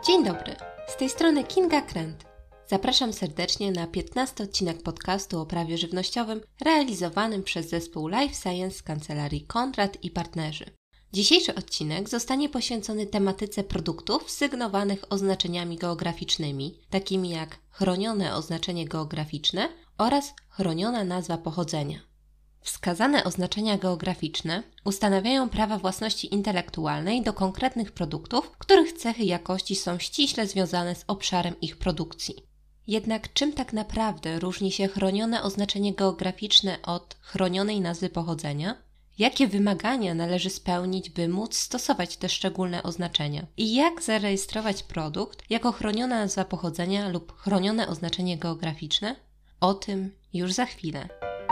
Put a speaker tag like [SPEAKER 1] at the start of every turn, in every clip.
[SPEAKER 1] Dzień dobry, z tej strony Kinga Kręt. Zapraszam serdecznie na 15 odcinek podcastu o prawie żywnościowym realizowanym przez zespół Life Science z kancelarii Konrad i Partnerzy. Dzisiejszy odcinek zostanie poświęcony tematyce produktów sygnowanych oznaczeniami geograficznymi, takimi jak chronione oznaczenie geograficzne oraz chroniona nazwa pochodzenia. Wskazane oznaczenia geograficzne ustanawiają prawa własności intelektualnej do konkretnych produktów, których cechy jakości są ściśle związane z obszarem ich produkcji. Jednak czym tak naprawdę różni się chronione oznaczenie geograficzne od chronionej nazwy pochodzenia? Jakie wymagania należy spełnić, by móc stosować te szczególne oznaczenia? I jak zarejestrować produkt jako chroniona nazwa pochodzenia lub chronione oznaczenie geograficzne? O tym już za chwilę.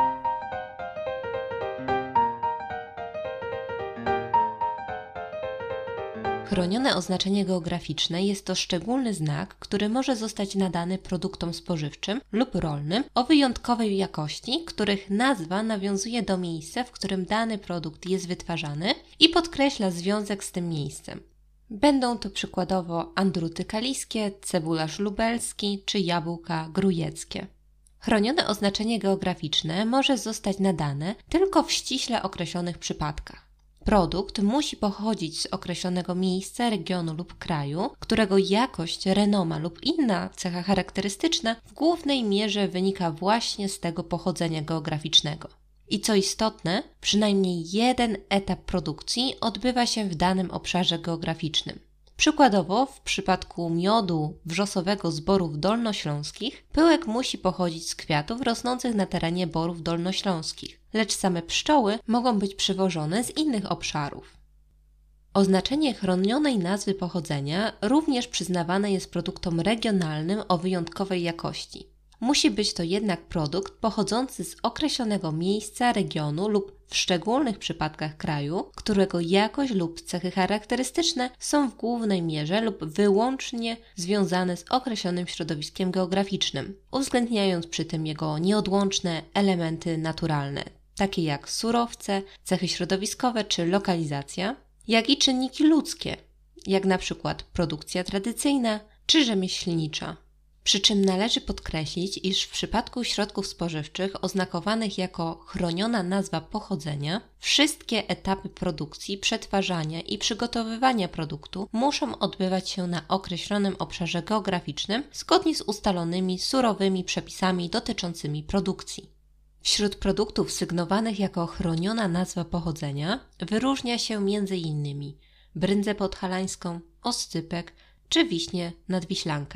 [SPEAKER 1] Chronione oznaczenie geograficzne jest to szczególny znak, który może zostać nadany produktom spożywczym lub rolnym o wyjątkowej jakości, których nazwa nawiązuje do miejsca, w którym dany produkt jest wytwarzany i podkreśla związek z tym miejscem. Będą to przykładowo andruty kaliskie, cebularz lubelski czy jabłka grujeckie. Chronione oznaczenie geograficzne może zostać nadane tylko w ściśle określonych przypadkach. Produkt musi pochodzić z określonego miejsca, regionu lub kraju, którego jakość, renoma lub inna cecha charakterystyczna w głównej mierze wynika właśnie z tego pochodzenia geograficznego. I co istotne, przynajmniej jeden etap produkcji odbywa się w danym obszarze geograficznym. Przykładowo w przypadku miodu wrzosowego z Borów Dolnośląskich pyłek musi pochodzić z kwiatów rosnących na terenie Borów Dolnośląskich, lecz same pszczoły mogą być przywożone z innych obszarów. Oznaczenie chronionej nazwy pochodzenia również przyznawane jest produktom regionalnym o wyjątkowej jakości. Musi być to jednak produkt pochodzący z określonego miejsca, regionu lub w szczególnych przypadkach kraju, którego jakość lub cechy charakterystyczne są w głównej mierze lub wyłącznie związane z określonym środowiskiem geograficznym, uwzględniając przy tym jego nieodłączne elementy naturalne, takie jak surowce, cechy środowiskowe czy lokalizacja, jak i czynniki ludzkie, jak na przykład produkcja tradycyjna czy rzemieślnicza. Przy czym należy podkreślić, iż w przypadku środków spożywczych oznakowanych jako chroniona nazwa pochodzenia, wszystkie etapy produkcji, przetwarzania i przygotowywania produktu muszą odbywać się na określonym obszarze geograficznym zgodnie z ustalonymi surowymi przepisami dotyczącymi produkcji. Wśród produktów sygnowanych jako chroniona nazwa pochodzenia wyróżnia się m.in. bryndzę podhalańską, oscypek czy wiśnię nadwiślankę.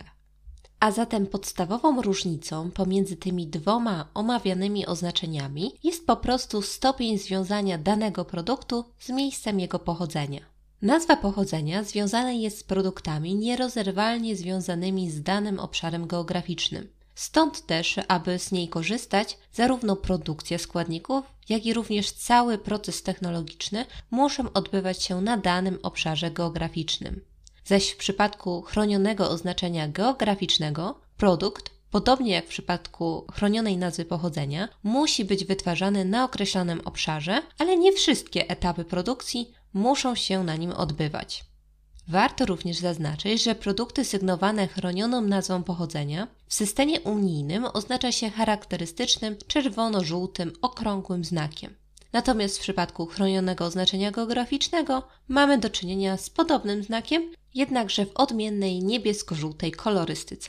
[SPEAKER 1] A zatem podstawową różnicą pomiędzy tymi dwoma omawianymi oznaczeniami jest po prostu stopień związania danego produktu z miejscem jego pochodzenia. Nazwa pochodzenia związana jest z produktami nierozerwalnie związanymi z danym obszarem geograficznym. Stąd też, aby z niej korzystać, zarówno produkcja składników, jak i również cały proces technologiczny muszą odbywać się na danym obszarze geograficznym. Zaś w przypadku chronionego oznaczenia geograficznego produkt, podobnie jak w przypadku chronionej nazwy pochodzenia, musi być wytwarzany na określonym obszarze, ale nie wszystkie etapy produkcji muszą się na nim odbywać. Warto również zaznaczyć, że produkty sygnowane chronioną nazwą pochodzenia w systemie unijnym oznacza się charakterystycznym czerwono-żółtym, okrągłym znakiem. Natomiast w przypadku chronionego oznaczenia geograficznego mamy do czynienia z podobnym znakiem, jednakże w odmiennej niebiesko-żółtej kolorystyce.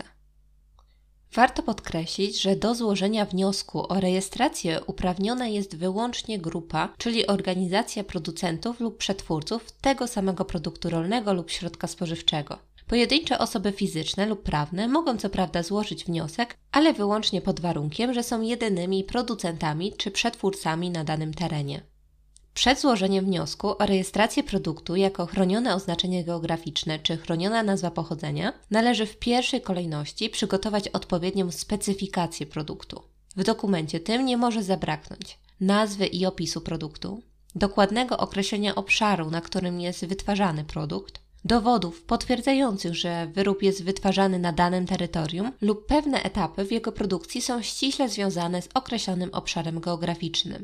[SPEAKER 1] Warto podkreślić, że do złożenia wniosku o rejestrację uprawniona jest wyłącznie grupa, czyli organizacja producentów lub przetwórców tego samego produktu rolnego lub środka spożywczego. Pojedyncze osoby fizyczne lub prawne mogą co prawda złożyć wniosek, ale wyłącznie pod warunkiem, że są jedynymi producentami czy przetwórcami na danym terenie. Przed złożeniem wniosku o rejestrację produktu jako chronione oznaczenie geograficzne czy chroniona nazwa pochodzenia należy w pierwszej kolejności przygotować odpowiednią specyfikację produktu. W dokumencie tym nie może zabraknąć nazwy i opisu produktu, dokładnego określenia obszaru, na którym jest wytwarzany produkt, dowodów potwierdzających, że wyrób jest wytwarzany na danym terytorium lub pewne etapy w jego produkcji są ściśle związane z określonym obszarem geograficznym.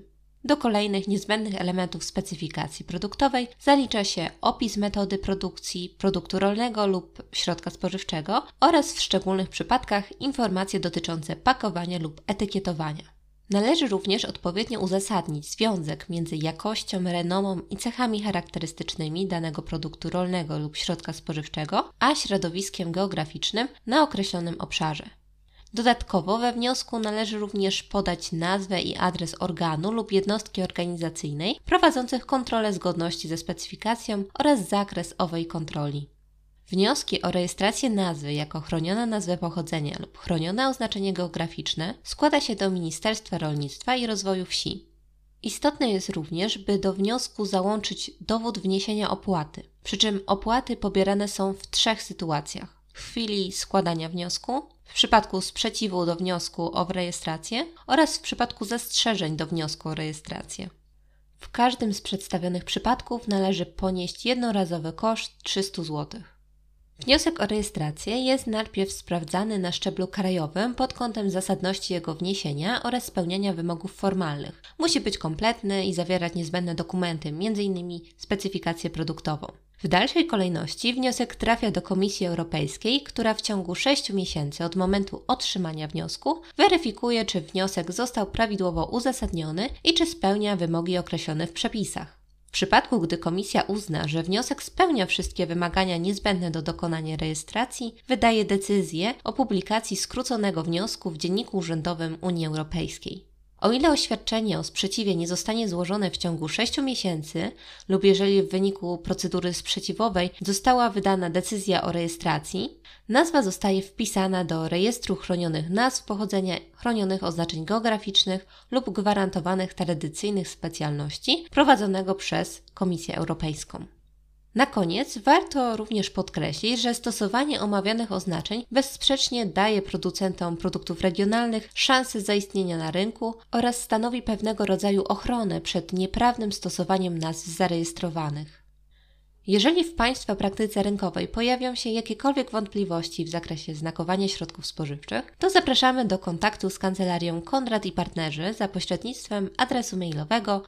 [SPEAKER 1] Do kolejnych niezbędnych elementów specyfikacji produktowej zalicza się opis metody produkcji produktu rolnego lub środka spożywczego oraz w szczególnych przypadkach informacje dotyczące pakowania lub etykietowania. Należy również odpowiednio uzasadnić związek między jakością, renomą i cechami charakterystycznymi danego produktu rolnego lub środka spożywczego, a środowiskiem geograficznym na określonym obszarze. Dodatkowo we wniosku należy również podać nazwę i adres organu lub jednostki organizacyjnej prowadzących kontrolę zgodności ze specyfikacją oraz zakres owej kontroli. Wnioski o rejestrację nazwy jako chroniona nazwę pochodzenia lub chronione oznaczenie geograficzne składa się do Ministerstwa Rolnictwa i Rozwoju Wsi. Istotne jest również, by do wniosku załączyć dowód wniesienia opłaty, przy czym opłaty pobierane są w 3 sytuacjach: w chwili składania wniosku, w przypadku sprzeciwu do wniosku o rejestrację oraz w przypadku zastrzeżeń do wniosku o rejestrację. W każdym z przedstawionych przypadków należy ponieść jednorazowy koszt 300 zł. Wniosek o rejestrację jest najpierw sprawdzany na szczeblu krajowym pod kątem zasadności jego wniesienia oraz spełniania wymogów formalnych. Musi być kompletny i zawierać niezbędne dokumenty, m.in. specyfikację produktową. W dalszej kolejności wniosek trafia do Komisji Europejskiej, która w ciągu 6 miesięcy od momentu otrzymania wniosku weryfikuje, czy wniosek został prawidłowo uzasadniony i czy spełnia wymogi określone w przepisach. W przypadku, gdy Komisja uzna, że wniosek spełnia wszystkie wymagania niezbędne do dokonania rejestracji, wydaje decyzję o publikacji skróconego wniosku w Dzienniku Urzędowym Unii Europejskiej. O ile oświadczenie o sprzeciwie nie zostanie złożone w ciągu 6 miesięcy lub jeżeli w wyniku procedury sprzeciwowej została wydana decyzja o rejestracji, nazwa zostaje wpisana do Rejestru Chronionych Nazw Pochodzenia, Chronionych Oznaczeń Geograficznych lub Gwarantowanych Tradycyjnych Specjalności prowadzonego przez Komisję Europejską. Na koniec warto również podkreślić, że stosowanie omawianych oznaczeń bezsprzecznie daje producentom produktów regionalnych szansę zaistnienia na rynku oraz stanowi pewnego rodzaju ochronę przed nieprawnym stosowaniem nazw zarejestrowanych. Jeżeli w Państwa praktyce rynkowej pojawią się jakiekolwiek wątpliwości w zakresie znakowania środków spożywczych, to zapraszamy do kontaktu z Kancelarią Konrad i Partnerzy za pośrednictwem adresu mailowego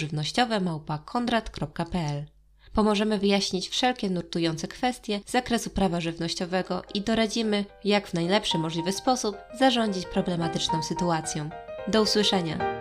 [SPEAKER 1] prawożywnościowe@konrad.pl. Pomożemy wyjaśnić wszelkie nurtujące kwestie z zakresu prawa żywnościowego i doradzimy, jak w najlepszy możliwy sposób zarządzić problematyczną sytuacją. Do usłyszenia!